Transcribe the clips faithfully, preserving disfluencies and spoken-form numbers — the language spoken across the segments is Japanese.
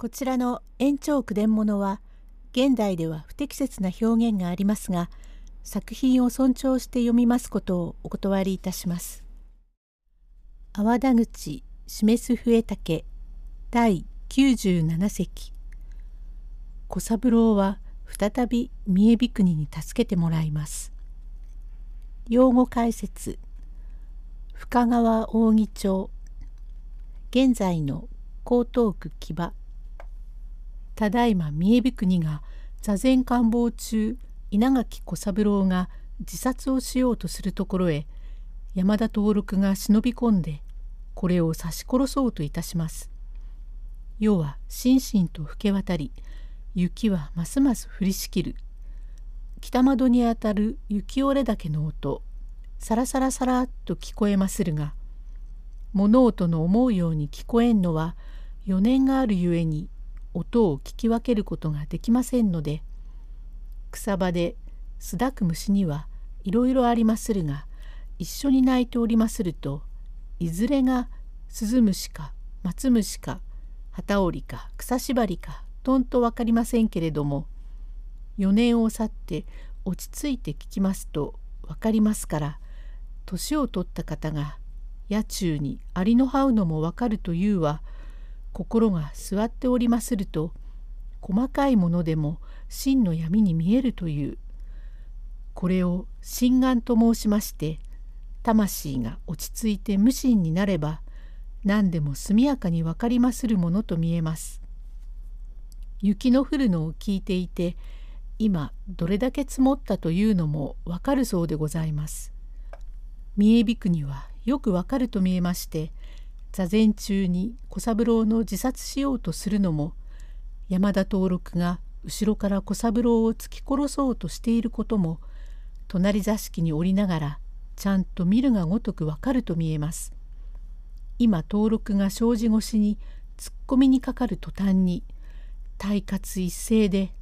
こちらの延長句伝物は現代では不適切な表現がありますが、作品を尊重して読みますことをお断りいたします。阿波田口示す笛竹第きゅうじゅうなな席。小三郎は再び三重国に助けてもらいます。用語解説。深川扇町、現在の江東区木場。ただいま三重国が座禅官房中、稲垣小三郎が自殺をしようとするところへ、山田登録が忍び込んでこれを刺し殺そうといたします。夜はしんしんと更け渡り、雪はますます降りしきる。北窓にあたる雪折れ岳の音、さらさらさらっと聞こえまするが、物音の思うように聞こえんのは余念があるゆえに音を聞き分けることができませんので、草場で巣抱く虫にはいろいろありまするが、一緒に鳴いておりますると、いずれがスズムシか松虫か機織りか草縛りかとんと分かりませんけれども、余年を去って落ち着いて聞きますと分かりますから、年を取った方が野中にアリの這うのも分かるというは、心が座っておりますると細かいものでも真の闇に見えるという。これを心眼と申しまして、魂が落ち着いて無心になれば何でも速やかに分かりまするものと見えます。雪の降るのを聞いていて、今どれだけ積もったというのも分かるそうでございます。三重国はよく分かると見えまして、座禅中に小三郎の自殺しようとするのも、山田登録が後ろから小三郎を突き殺そうとしていることも、隣座敷におりながらちゃんと見るがごとく分かると見えます。今登録が障子越しに突っ込みにかかる途端に、体活一斉で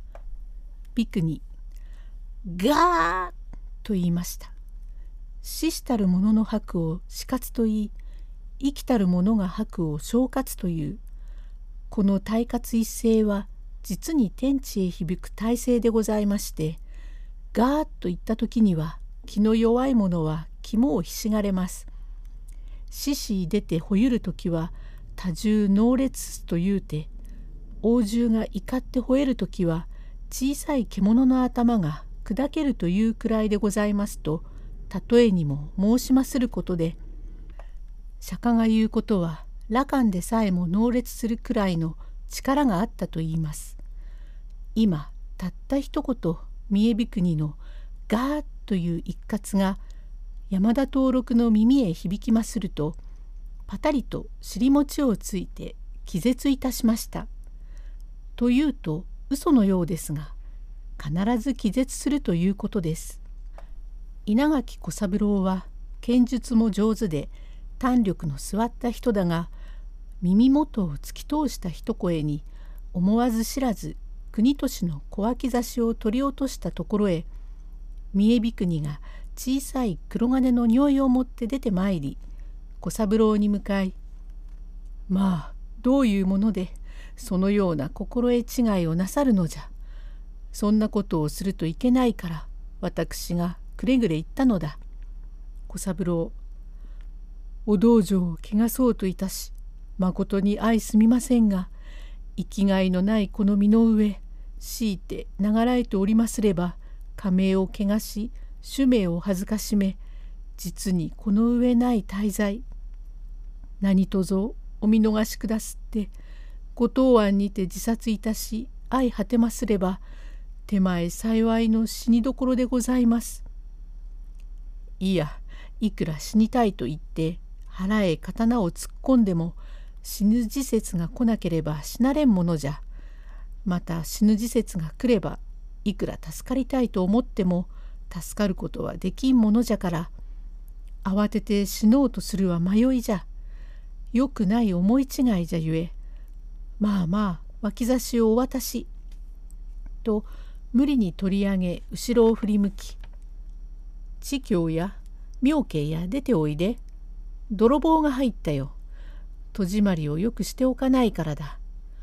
「ビクにガー!」と言いました。死したる者の吐くを死活と言い、生きたる者が吐くを消活という、この体活一斉は実に天地へ響く体勢でございまして、ガーッと言った時には気の弱い者は肝をひしがれます。獅子出てほゆる時は多重能烈というて、王獣が怒って吠える時は小さい獣の頭が砕けるというくらいでございますと、例えにも申しますることで、釈迦が言うことは羅漢でさえも能烈するくらいの力があったと言います。今たった一言、三重国のガーッという一括が山田登録の耳へ響きますると、パタリと尻餅をついて気絶いたしました。というと嘘のようですが、必ず気絶するということです。稲垣小三郎は剣術も上手で胆力の据わった人だが、耳元を突き通した一声に思わず知らず国俊の小脇差しを取り落としたところへ、三重国が小さい黒金の匂いを持って出てまいり、小三郎に向かい「まあどういうものでそのような心得違いをなさるのじゃ。そんなことをするといけないから私がくれぐれ言ったのだ。小三郎、お道場を汚そうといたし、まことに相すみませんが、生きがいのないこの身の上、強いて流らえておりますれば、家名を汚し、主名を恥ずかしめ、実にこの上ない大罪。何とぞお見逃しくだすって、ご当案にて自殺いたし、相果てますれば、手前幸いの死にどころでございます。いや、いくら死にたいと言って腹へ刀を突っ込んでも、死ぬ時節が来なければ死なれんものじゃ。また死ぬ時節が来れば、いくら助かりたいと思っても助かることはできんものじゃから、慌てて死のうとするは迷いじゃ。よくない思い違いじゃゆえ、まあまあ脇差しをお渡し。と無理に取り上げ後ろを振り向き、知教や妙慶や出ておいで。泥棒が入ったよ。戸締まりをよくしておかないからだ。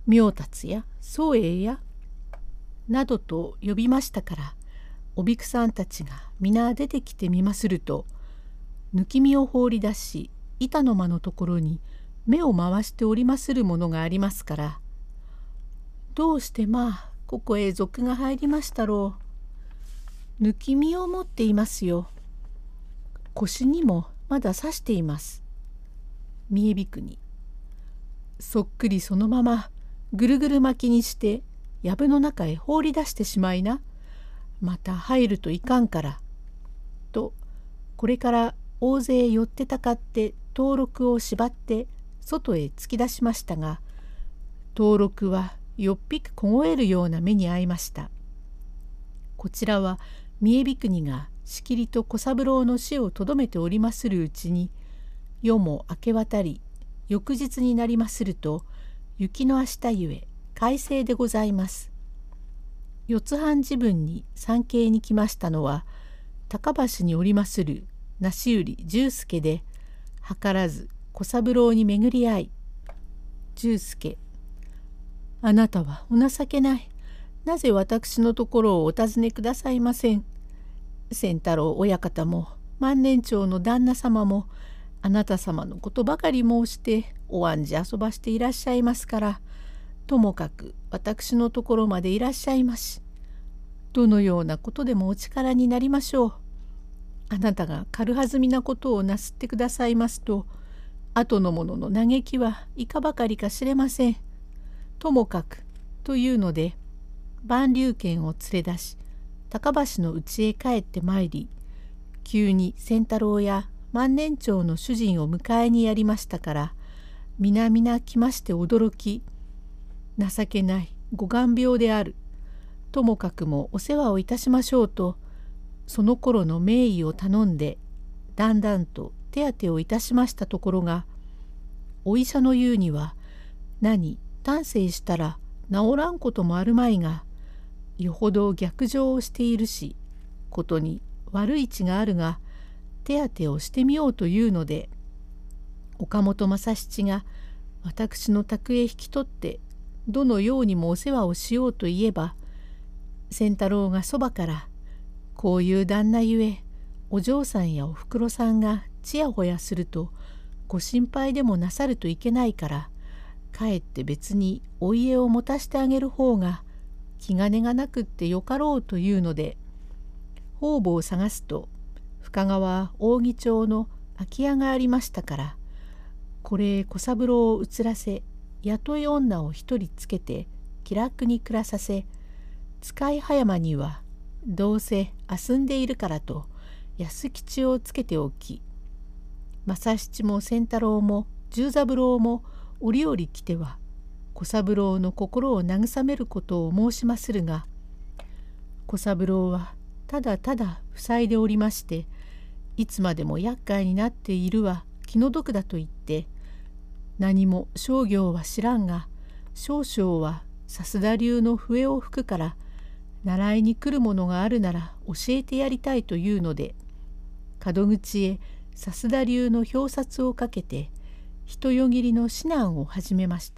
明達や宗栄やなどと呼びましたから、おびくさんたちが皆出てきてみますると、抜き身を放り出し、板の間のところに目を回しておりまするものがありますから、どうしてまあここへ賊が入りましたろう。抜き身を持っていますよ。腰にもまだ刺しています。見えびくに。そっくりそのままぐるぐる巻きにして藪の中へ放り出してしまいな。また入るといかんから。とこれから大勢寄ってたかって登録を縛って外へ突き出しましたが、登録はよっぴく凍えるような目に遭いました。こちらは三重び国がしきりと小三郎の死をとどめておりまするうちに、夜も明け渡り翌日になりますると、雪の明日ゆえ快晴でございます。四つ半時分に参詣に来ましたのは、高橋におりまする梨売十助で、図らず小三郎に巡り合い、十助、あなたはお情けない。なぜ私のところをお尋ねくださいません。仙太郎親方も万年長の旦那様もあなた様のことばかり申してお案じ遊ばしていらっしゃいますから、ともかく私のところまでいらっしゃいまし。どのようなことでもお力になりましょう。あなたが軽はずみなことをなすってくださいますと、後の者の嘆きはいかばかりか知れません。ともかくというので、万竜軒を連れ出し、高橋の家へ帰ってまいり、急に仙太郎や万年長の主人を迎えにやりましたから、皆々来まして驚き、情けないご眼病である。ともかくもお世話をいたしましょうと、その頃の名医を頼んで、だんだんと手当てをいたしましたところが、お医者の言うには、何、丹精したら治らんこともあるまいが、よほど逆上をしているし、ことに悪い位置があるが、手当てをしてみようというので、岡本正七が私の宅へ引き取って、どのようにもお世話をしようといえば、仙太郎がそばから、こういう旦那ゆえ、お嬢さんやおふくろさんがちやほやすると、ご心配でもなさるといけないから、かえって別にお家を持たしてあげる方が、気兼ねがなくってよかろうというので、方々を探すと深川扇町の空き家がありましたから、これへ小三郎を移らせ、雇い女を一人つけて気楽に暮らさせ、使い葉山にはどうせ遊んでいるからと安吉をつけておき、正七も仙太郎も十三郎も折々来ては小三郎の心を慰めることを申しまするが、小三郎はただただ塞いでおりまして、いつまでも厄介になっているは気の毒だと言って、何も商業は知らんが、少々は笹田流の笛を吹くから習いに来るものがあるなら教えてやりたいというので、門口へ笹田流の表札をかけて人よぎりの指南を始めました。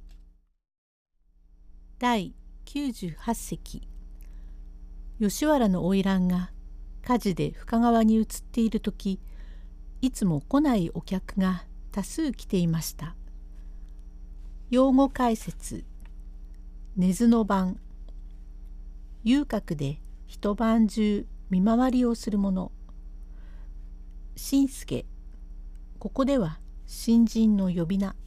だいきゅうじゅうはちせき。吉原の花魁が火事で深川に移っている時、いつも来ないお客が多数来ていました。用語解説。寝ずの番。遊郭で一晩中見回りをする者。新助。ここでは新人の呼び名。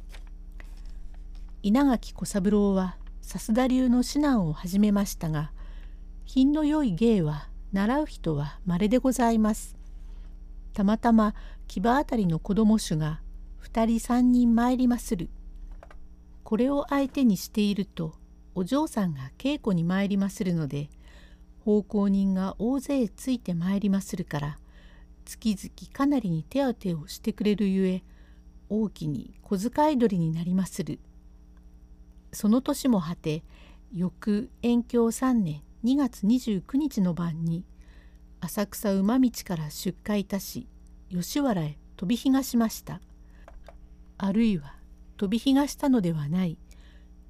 稲垣小三郎は笹田流の指南を始めましたが、品の良い芸は習う人は稀でございます。たまたま木場あたりの子供衆が二人三人参りまする。これを相手にしていると、お嬢さんが稽古に参りまするので、奉公人が大勢ついて参りまするから、月々かなりに手当てをしてくれるゆえ、大きに小遣い取りになりまする。その年も果て、翌延享三年にがつにじゅうくにちの晩に、浅草馬道から出荷いたし、吉原へ飛び火がしました。あるいは飛び火がしたのではない。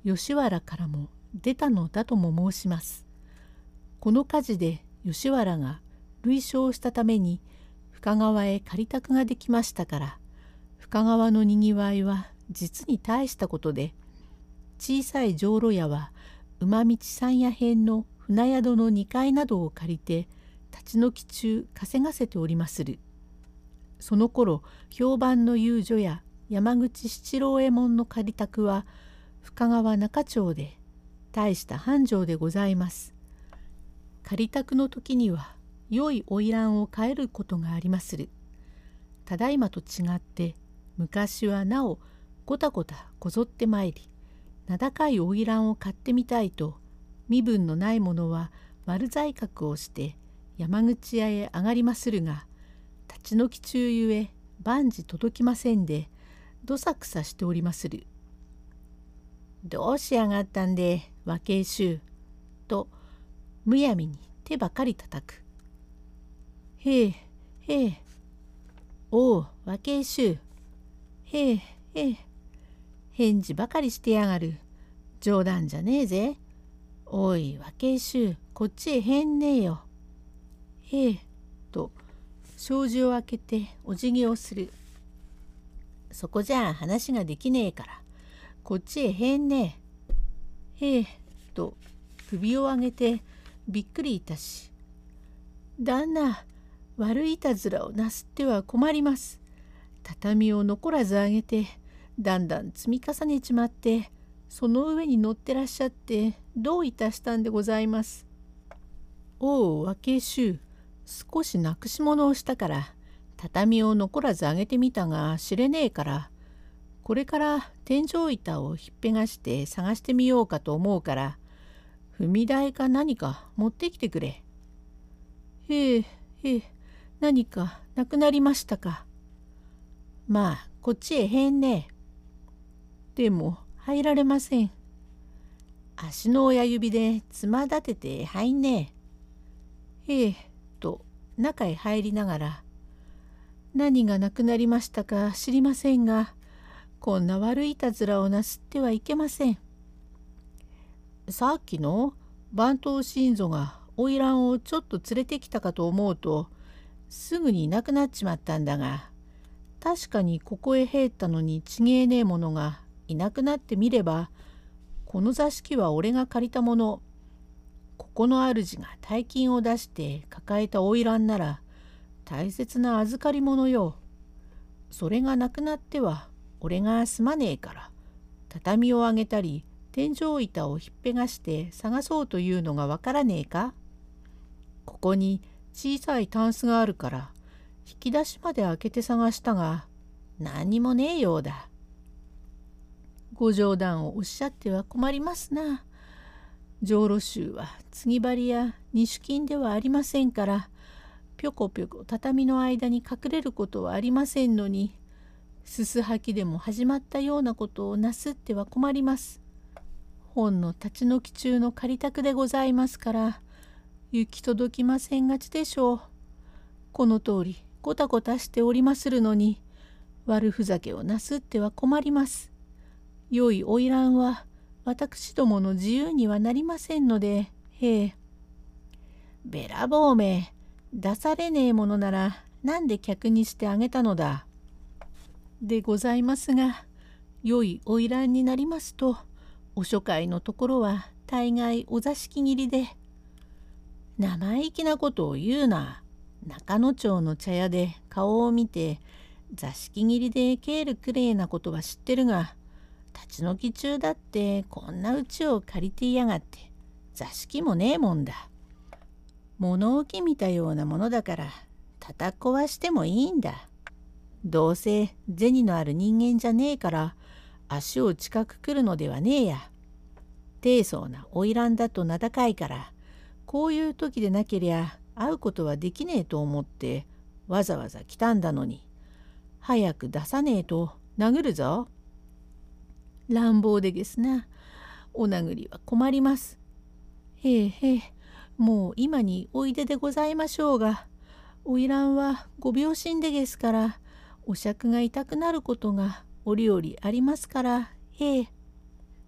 吉原からも出たのだとも申します。この火事で吉原が類焼したために深川へ借り宅ができましたから、深川のにぎわいは実に大したことで、小さい浄炉屋は馬道山屋編の船宿のにかいなどを借りて立ち退き中稼がせておりまする。その頃評判の遊女や山口七郎右衛門の借り宅は深川中町で大した繁盛でございます。借り宅の時には良い花魁を飼えることがありまする。ただいまと違って昔はなおごたごたこぞってまいり、名高い花魁を買ってみたいと身分のない者は悪財格をして山口屋へ上がりまするが、立ち退き中ゆえ万事届きませんでどさくさしておりまする。どうしやがったんで若え衆とむやみに手ばかり叩く。へえへえ、おう若え衆、へえへえ、返事ばかりしてやがる。冗談じゃねえぜ。おい若え衆、こっちへへんねえよ。へえと障子を開けてお辞儀をする。そこじゃ話ができねえからこっちへへんねえ。へえと首を上げてびっくりいたし、旦那、悪いいたずらをなすっては困ります。畳を残らず上げてだんだん積み重ねちまって、その上に乗ってらっしゃってどういたしたんでございます。おう若え衆、少しなくし物をしたから畳を残らず上げてみたが知れねえから、これから天井板をひっぺがして探してみようかと思うから、踏み台か何か持ってきてくれ。へえへえ、何かなくなりましたか。まあこっちへへんねえ。でも入られません。足の親指でつま立てて入んねえ。へえと中へ入りながら、何がなくなりましたか知りませんが、こんな悪いいたずらをなすってはいけません。さっきの番頭新蔵が花魁をちょっと連れてきたかと思うと、すぐにいなくなっちまったんだが、確かにここへ入ったのにちげえねえものがいなくなってみれば、この座敷は俺が借りたもの、ここの主が大金を出して抱えた花魁なら大切な預かり物よ。それがなくなっては俺がすまねえから、畳を上げたり天井板をひっぺがして探そうというのがわからねえか。ここに小さいタンスがあるから引き出しまで開けて探したが何にもねえようだ。ご冗談をおっしゃっては困りますな。浄炉衆は継ぎ針や二種金ではありませんから、ぴょこぴょこ畳の間に隠れることはありませんのに、すすはきでも始まったようなことをなすっては困ります。本の立ち退き中の借り宅でございますから、行き届きませんがちでしょう。この通りごたごたしておりまするのに、悪ふざけをなすっては困ります。良い花魁は私どもの自由にはなりませんので、へえ。べらぼうめ、出されねえものならなんで客にしてあげたのだ。でございますが、良い花魁になりますと、お初会のところは大概お座敷切りで。生意気なことを言うな。中野町の茶屋で顔を見て座敷切りで帰るくれえなことは知ってるが、立ち退き中だってこんな家を借りていやがって座敷もねえもんだ。物置みたようなものだから叩き壊してもいいんだ。どうせ銭のある人間じゃねえから足を近く来るのではねえや。低層な花魁だと名高いから、こういう時でなけりゃ会うことはできねえと思ってわざわざ来たんだのに、早く出さねえと殴るぞ。乱暴でげすな。お殴りは困ります。へえへえ、もう今においででございましょうが、花魁はご病身でげすから、お酌が痛くなることが折々ありますから、へえ。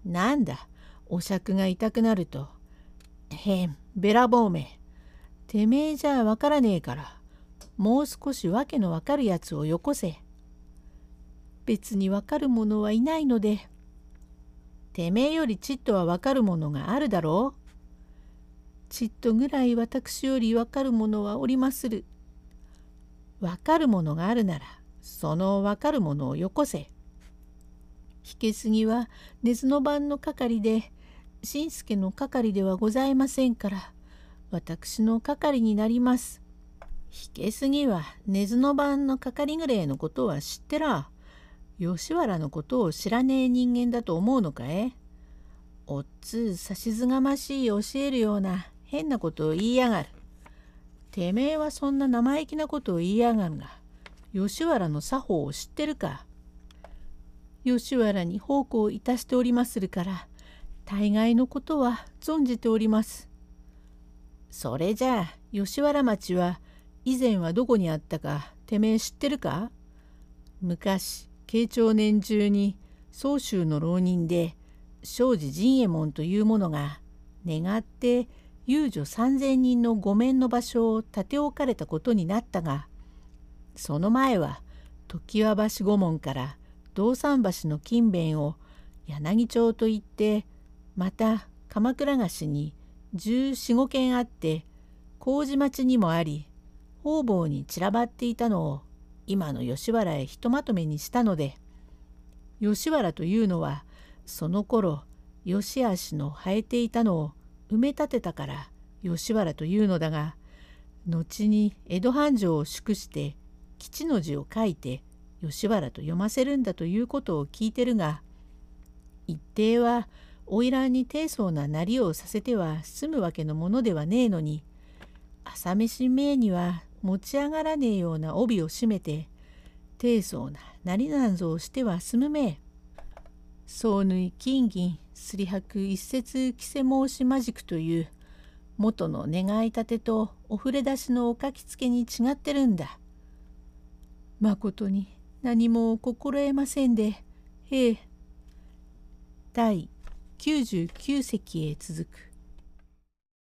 なんだ、お酌が痛くなると。へん、べらぼうめ。てめえじゃわからねえから、もう少しわけのわかるやつをよこせ。別にわかる者はいないので。てめえよりちっとはわかるものがあるだろう。ちっとぐらい私よりわかるものはおりまする。わかるものがあるなら、そのわかるものをよこせ。引けすぎは根津の番の係で、新助の係ではございませんから、私の係になります。引けすぎは根津の番の係ぐれえのことは知ってら、吉原のことを知らねえ人間だと思うのかえ。おっつさしずがましい教えるような変なことを言いやがる。てめえはそんな生意気なことを言いやがるが、吉原の作法を知ってるか。吉原に奉公いたしておりまするから、大概のことは存じております。それじゃあ吉原町は以前はどこにあったかてめえ知ってるか。昔慶長年中に宗州の浪人で庄司陣右衛門という者が願って遊女三千人の御免の場所を建て置かれたことになったが、その前は常盤橋御門から道三橋の近辺を柳町といって、また鎌倉菓子に十四五軒あって麹町にもあり、方々に散らばっていたのを今の吉原へひとまとめにしたので、吉原というのはその頃吉足の生えていたのを埋め立てたから吉原というのだが、後に江戸繁盛を祝して吉の字を書いて吉原と読ませるんだということを聞いてるが、一定は花魁に低層ななりをさせては済むわけのものではねえのに、朝飯前には持ち上がらねえような帯を締めて低層ななりなんぞをしては済むめえ。そうぬい金銀すりはく一節着せ申しまじくという元の願い立てとお触れ出しのお書きつけに違ってるんだ。まことに何も心得ませんで、へえ。第きゅうじゅうきゅう席へ続く。